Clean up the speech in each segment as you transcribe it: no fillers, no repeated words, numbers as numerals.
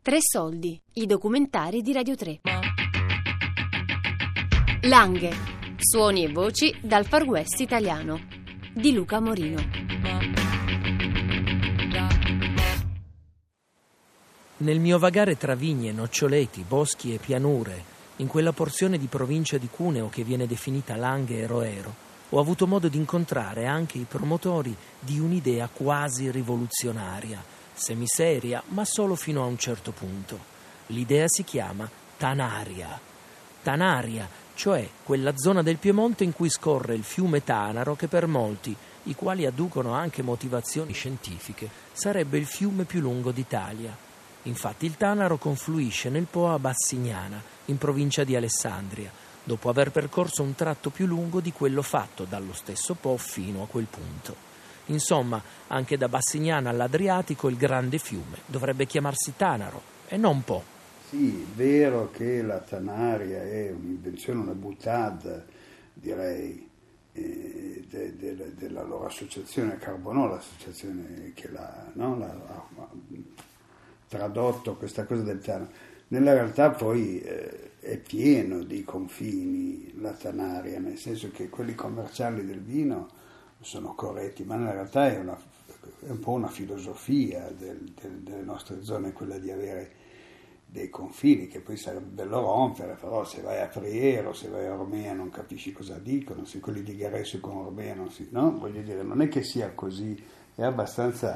Tre soldi, i documentari di Radio 3. Langhe, suoni e voci dal Far West italiano, di Luca Morino. Nel mio vagare tra vigne, noccioleti, boschi e pianure, in quella porzione di provincia di Cuneo che viene definita Langhe e Roero, ho avuto modo di incontrare anche i promotori di un'idea quasi rivoluzionaria, semiseria, ma solo fino a un certo punto. L'idea si chiama Tanaria. Tanaria, cioè quella zona del Piemonte in cui scorre il fiume Tanaro che per molti, i quali adducono anche motivazioni scientifiche, sarebbe il fiume più lungo d'Italia. Infatti il Tanaro confluisce nel Po a Bassignana, in provincia di Alessandria, dopo aver percorso un tratto più lungo di quello fatto dallo stesso Po fino a quel punto. Insomma, anche da Bassignana all'Adriatico il grande fiume dovrebbe chiamarsi Tanaro e non Po. Sì, è vero che la Tanaria è un'invenzione, una boutade, direi, della loro associazione Carbonò, l'associazione che ha tradotto questa cosa del Tanaro. Nella realtà poi è pieno di confini la Tanaria, nel senso che quelli commerciali del vino sono corretti, ma nella realtà è un po' una filosofia delle nostre zone, quella di avere dei confini che poi sarebbe bello rompere, però se vai a Priero, se vai a Ormea non capisci cosa dicono, se quelli di Garesso con Ormea no? Voglio dire, non è che sia così, è abbastanza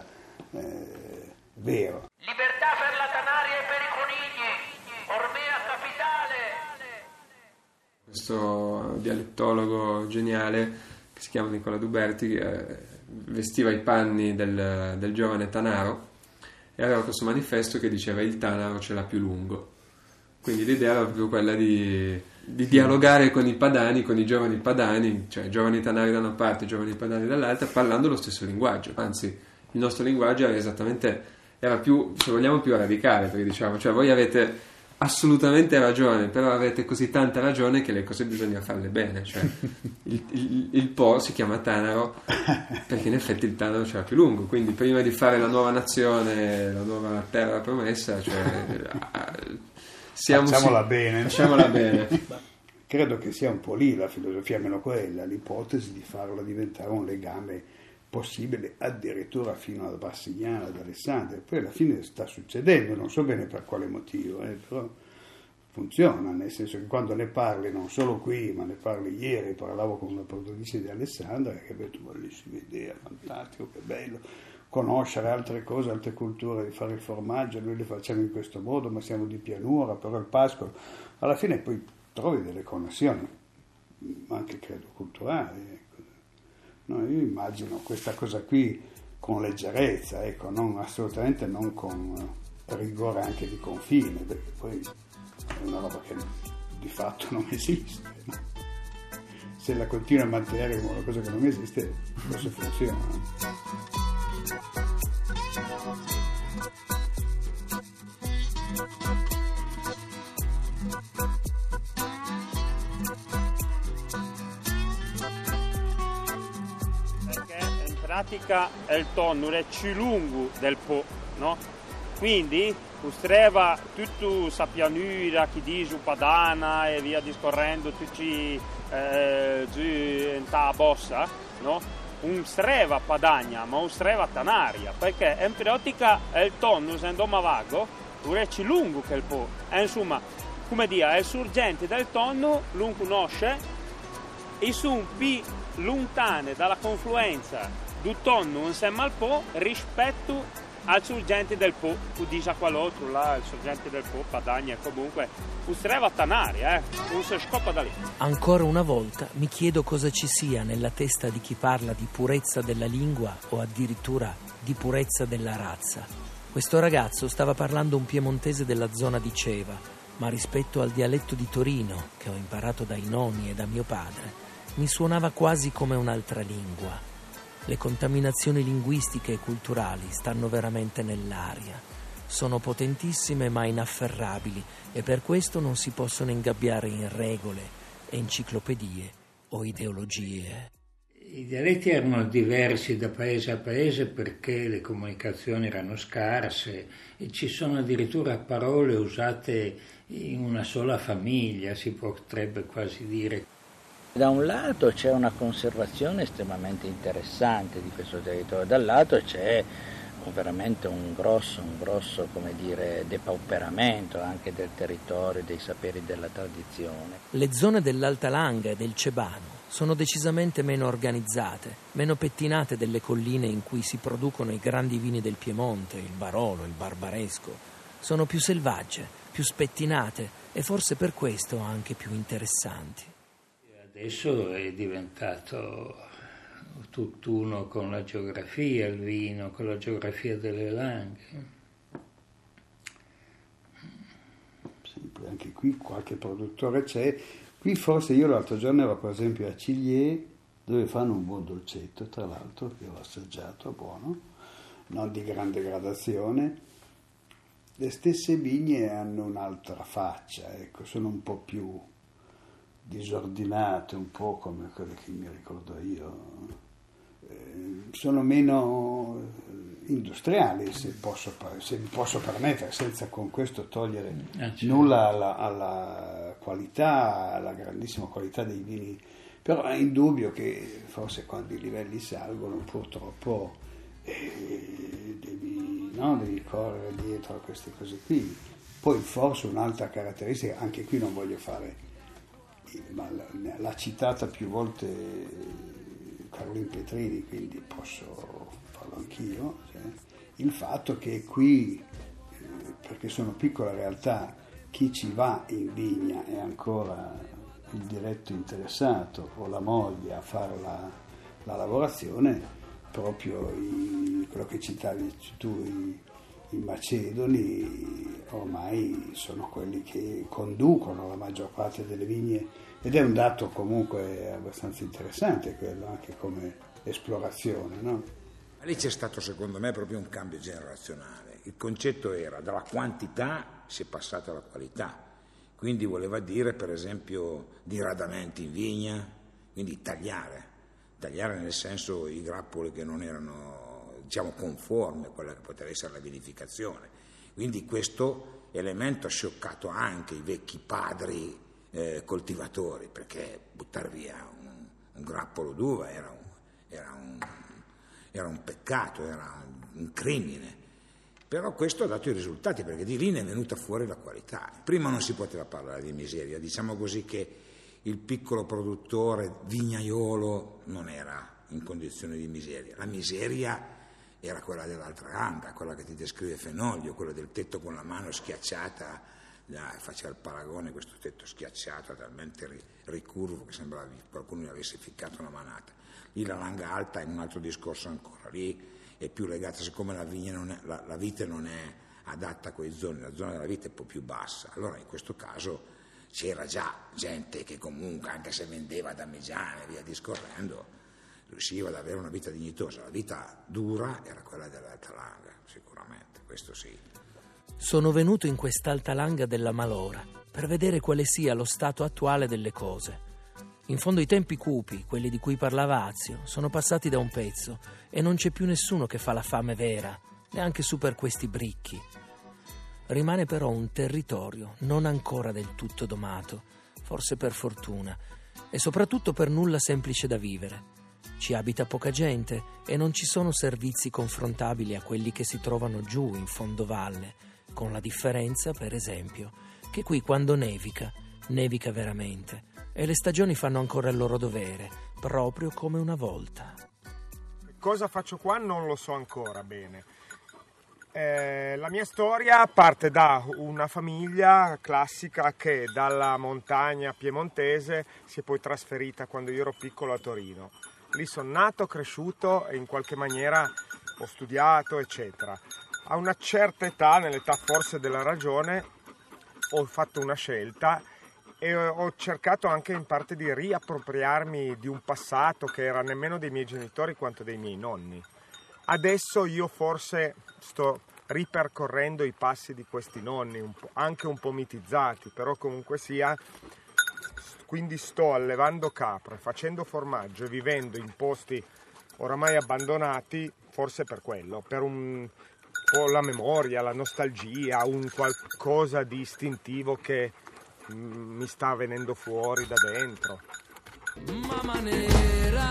vero. Libertà per la Tanaria e per i conigli, Ormea capitale. Questo dialettologo geniale che si chiama Nicola Duberti vestiva i panni del giovane Tanaro e aveva questo manifesto che diceva il Tanaro ce l'ha più lungo. Quindi l'idea era proprio quella di dialogare con i padani, con i giovani padani, cioè giovani tanari da una parte e giovani padani dall'altra, parlando lo stesso linguaggio. Anzi, il nostro linguaggio era più, se vogliamo, più radicale, perché diciamo, cioè voi avete assolutamente ragione, però avete così tanta ragione che le cose bisogna farle bene, cioè il Po si chiama Tanaro perché in effetti il Tanaro ce l'ha più lungo, quindi prima di fare la nuova nazione, la nuova terra promessa, cioè facciamola bene. bene. Credo che sia un po' lì la filosofia, almeno quella, l'ipotesi di farlo diventare un legame possibile addirittura fino a Bassignana, ad Alessandria. Poi alla fine sta succedendo, non so bene per quale motivo, però funziona, nel senso che quando ne parli, non solo qui, ma ne parli ieri, parlavo con una produttrice di Alessandria che ha detto bellissima idea, fantastico, che bello conoscere altre cose, altre culture, di fare il formaggio, noi le facciamo in questo modo, ma siamo di pianura, però il pascolo, alla fine poi trovi delle connessioni, anche credo culturali. No, io immagino questa cosa qui con leggerezza, ecco, assolutamente non con rigore anche di confine, perché poi è una roba che di fatto non esiste. No? Se la continua a mantenere come una cosa che non esiste, forse funziona. In pratica il tonno è più lungo del Po, no? Quindi ustreva tutta sa pianura che dice padana e via discorrendo tutti giù in ta bossa, no? Un streva padagna, ma un streva tanaria, perché in pratica il tonno essendo vago è più lungo che il Po. E insomma, come dire, il sorgente del tonno lo conosce e sono più lontane dalla confluenza del tonno insieme al Po rispetto al sorgente del Po, tu dici a quell'altro là, il sorgente del Po, Padagna, comunque, ustreva Tanaria, non si scoppa da lì. Ancora una volta mi chiedo cosa ci sia nella testa di chi parla di purezza della lingua o addirittura di purezza della razza. Questo ragazzo stava parlando un piemontese della zona di Ceva, ma rispetto al dialetto di Torino, che ho imparato dai nonni e da mio padre, mi suonava quasi come un'altra lingua. Le contaminazioni linguistiche e culturali stanno veramente nell'aria. Sono potentissime ma inafferrabili e per questo non si possono ingabbiare in regole, enciclopedie o ideologie. I dialetti erano diversi da paese a paese perché le comunicazioni erano scarse e ci sono addirittura parole usate in una sola famiglia, si potrebbe quasi dire. Da un lato c'è una conservazione estremamente interessante di questo territorio, dall'altro c'è veramente un grosso, come dire, depauperamento anche del territorio, dei saperi della tradizione. Le zone dell'Alta Langa e del Cebano sono decisamente meno organizzate, meno pettinate delle colline in cui si producono i grandi vini del Piemonte, il Barolo, il Barbaresco. Sono più selvagge, più spettinate e forse per questo anche più interessanti. Adesso è diventato tutt'uno con la geografia, il vino, con la geografia delle langhe. Sempre, anche qui qualche produttore c'è. Qui forse io l'altro giorno ero per esempio a Ciglier, dove fanno un buon dolcetto, tra l'altro, che ho assaggiato, buono, non di grande gradazione. Le stesse vigne hanno un'altra faccia, ecco, sono un po' più disordinate, un po' come quelle che mi ricordo io. Sono meno industriali, se mi posso permettere, senza con questo togliere nulla alla qualità, alla grandissima qualità dei vini, però è indubbio che forse quando i livelli salgono purtroppo devi correre dietro a queste cose qui. Poi forse un'altra caratteristica, anche qui non voglio fare, ma l'ha citata più volte Carolin Petrini, quindi posso farlo anch'io, cioè, il fatto che qui, perché sono piccole realtà, chi ci va in vigna è ancora il diretto interessato o la moglie a fare la lavorazione, proprio quello che citavi tu, i macedoni ormai sono quelli che conducono la maggior parte delle vigne, ed è un dato comunque abbastanza interessante quello, anche come esplorazione, no? Lì c'è stato secondo me proprio un cambio generazionale. Il concetto era dalla quantità si è passato alla qualità, quindi voleva dire per esempio diradamenti in vigna, quindi tagliare nel senso i grappoli che non erano, diciamo, conformi a quella che poteva essere la vinificazione. Quindi questo elemento ha scioccato anche i vecchi padri coltivatori, perché buttare via un grappolo d'uva era un peccato, era un crimine. Però questo ha dato i risultati, perché di lì ne è venuta fuori la qualità. Prima non si poteva parlare di miseria, diciamo così che il piccolo produttore vignaiolo non era in condizioni di miseria. La miseria era quella dell'altra langa, quella che ti descrive Fenoglio, quella del tetto con la mano schiacciata, faceva il paragone, questo tetto schiacciato talmente ricurvo che sembrava che qualcuno gli avesse ficcato una manata. Lì la langa alta è un altro discorso ancora, lì è più legata, siccome la vite non è adatta a quei zoni, la zona della vite è un po' più bassa, allora in questo caso c'era già gente che comunque, anche se vendeva damigiane e via discorrendo, riusciva ad avere una vita dignitosa. La vita dura era quella dell'alta langa, sicuramente, questo sì. Sono venuto in quest'alta langa della malora per vedere quale sia lo stato attuale delle cose. In fondo i tempi cupi, quelli di cui parlava Azio, sono passati da un pezzo e non c'è più nessuno che fa la fame vera, neanche su per questi bricchi. Rimane però un territorio non ancora del tutto domato, forse per fortuna, e soprattutto per nulla semplice da vivere. Ci abita poca gente e non ci sono servizi confrontabili a quelli che si trovano giù in fondovalle, con la differenza, per esempio, che qui quando nevica veramente e le stagioni fanno ancora il loro dovere, proprio come una volta. Cosa faccio qua non lo so ancora bene. La mia storia parte da una famiglia classica che dalla montagna piemontese si è poi trasferita quando io ero piccolo a Torino. Lì sono nato, cresciuto e in qualche maniera ho studiato, eccetera. A una certa età, nell'età forse della ragione, ho fatto una scelta e ho cercato anche in parte di riappropriarmi di un passato che era nemmeno dei miei genitori quanto dei miei nonni. Adesso io forse sto ripercorrendo i passi di questi nonni, anche un po' mitizzati, però comunque sia quindi sto allevando capre, facendo formaggio e vivendo in posti oramai abbandonati, forse per quello, per un po' la memoria, la nostalgia, un qualcosa di istintivo che mi sta venendo fuori da dentro. Mamma nera,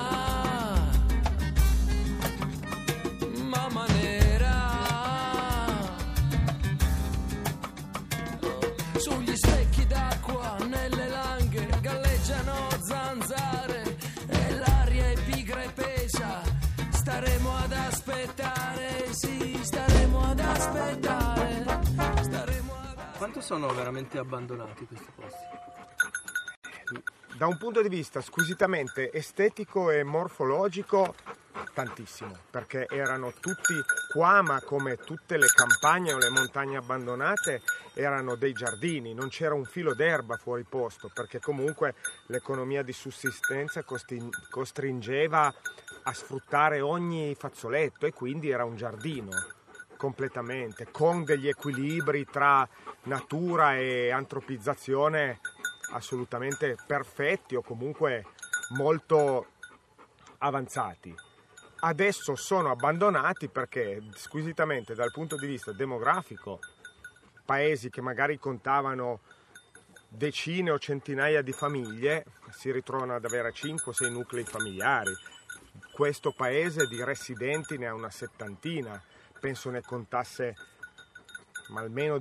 mamma nera, sugli specchi d'acqua, nelle langhe, galleggiano zanzare e l'aria è pigra e pesa. Staremo ad aspettare, sì, staremo ad aspettare. Quanto sono veramente abbandonati questi posti? Da un punto di vista squisitamente estetico e morfologico, tantissimo, perché erano tutti qua, ma come tutte le campagne o le montagne abbandonate erano dei giardini, non c'era un filo d'erba fuori posto, perché comunque l'economia di sussistenza costringeva a sfruttare ogni fazzoletto e quindi era un giardino completamente, con degli equilibri tra natura e antropizzazione assolutamente perfetti o comunque molto avanzati. Adesso sono abbandonati perché squisitamente dal punto di vista demografico, paesi che magari contavano decine o centinaia di famiglie si ritrovano ad avere 5-6 nuclei familiari. Questo paese di residenti ne ha una 70, penso ne contasse almeno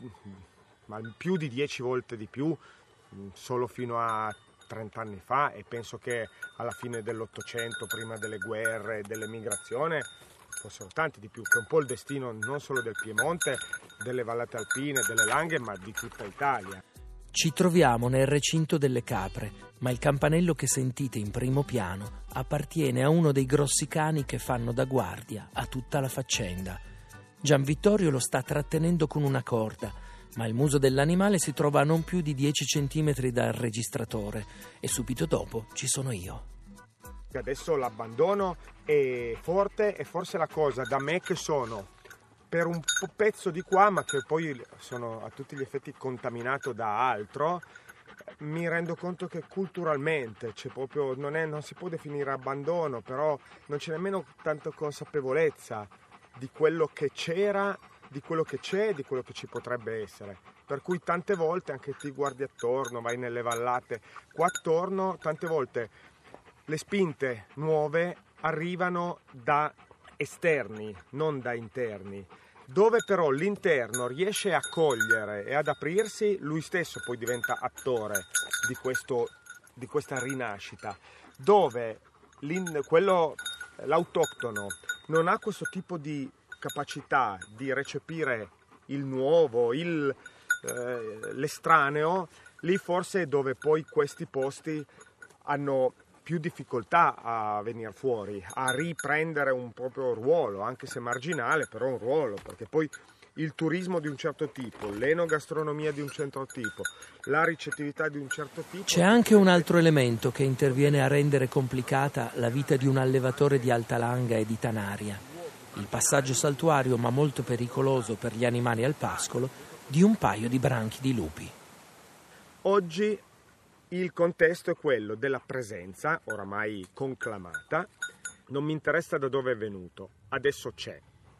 più di 10 volte di più solo fino a 30 anni fa, e penso che alla fine dell'Ottocento, prima delle guerre e dell'emigrazione, fossero tanti di più, che è un po' il destino non solo del Piemonte, delle vallate alpine, delle Langhe, ma di tutta Italia. Ci troviamo nel recinto delle capre, ma il campanello che sentite in primo piano appartiene a uno dei grossi cani che fanno da guardia a tutta la faccenda. Gian Vittorio lo sta trattenendo con una corda, ma il muso dell'animale si trova a non più di 10 centimetri dal registratore e subito dopo ci sono io. Adesso l'abbandono è forte e forse la cosa da me che sono per un pezzo di qua, ma che poi sono a tutti gli effetti contaminato da altro, mi rendo conto che culturalmente c'è proprio, non si può definire abbandono, però non c'è nemmeno tanta consapevolezza di quello che c'era, di quello che c'è, di quello che ci potrebbe essere. Per cui tante volte anche ti guardi attorno, vai nelle vallate, qua attorno tante volte le spinte nuove arrivano da esterni, non da interni. Dove però l'interno riesce a cogliere e ad aprirsi, lui stesso poi diventa attore di questa rinascita. Dove l'autoctono non ha questo tipo di capacità di recepire il nuovo, l'estraneo, lì forse è dove poi questi posti hanno più difficoltà a venire fuori, a riprendere un proprio ruolo, anche se marginale, però un ruolo, perché poi il turismo di un certo tipo, l'enogastronomia di un certo tipo, la ricettività di un certo tipo. C'è anche un altro elemento che interviene a rendere complicata la vita di un allevatore di Alta Langa e di Tanaria: il passaggio saltuario, ma molto pericoloso per gli animali al pascolo, di un paio di branchi di lupi. Oggi il contesto è quello della presenza, oramai conclamata, non mi interessa da dove è venuto, adesso c'è.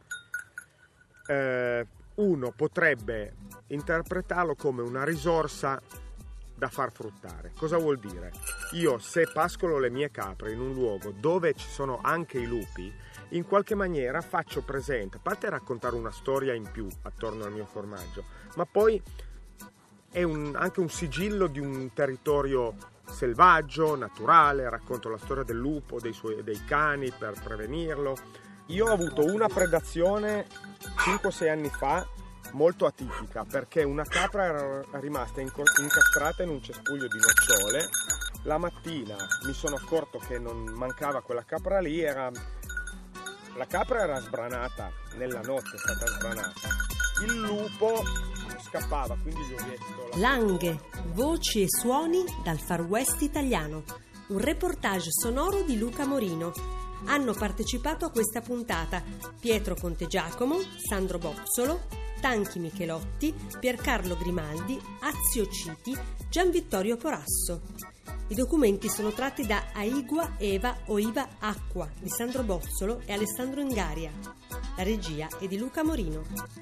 Uno potrebbe interpretarlo come una risorsa da far fruttare. Cosa vuol dire? Io, se pascolo le mie capre in un luogo dove ci sono anche i lupi, in qualche maniera faccio presente, a parte raccontare una storia in più attorno al mio formaggio, ma poi è anche un sigillo di un territorio selvaggio, naturale, racconto la storia del lupo, dei cani per prevenirlo. Io ho avuto una predazione 5-6 anni fa molto atipica, perché una capra era rimasta incastrata in un cespuglio di nocciole. La mattina mi sono accorto che non mancava quella capra lì, la capra era sbranata, nella notte è stata sbranata. Il lupo scappava, quindi gli ho detto... Langhe, voci e suoni dal Far West italiano. Un reportage sonoro di Luca Morino. Hanno partecipato a questa puntata Pietro Contegiacomo, Sandro Bozzolo, Stanchi Michelotti, Piercarlo Grimaldi, Azio Citi, Gian Vittorio Corasso. I documenti sono tratti da Aigua Eva Oiva Acqua di Sandro Bozzolo e Alessandro Ingaria. La regia è di Luca Morino.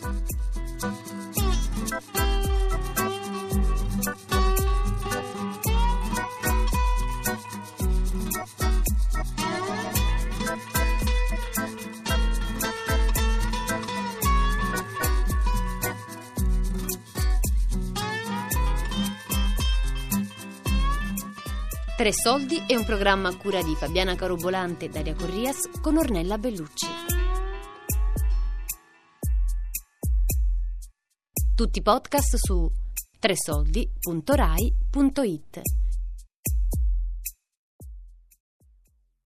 Tre Soldi è un programma a cura di Fabiana Carobolante e Daria Corrias con Ornella Bellucci. Tutti i podcast su tresoldi.rai.it.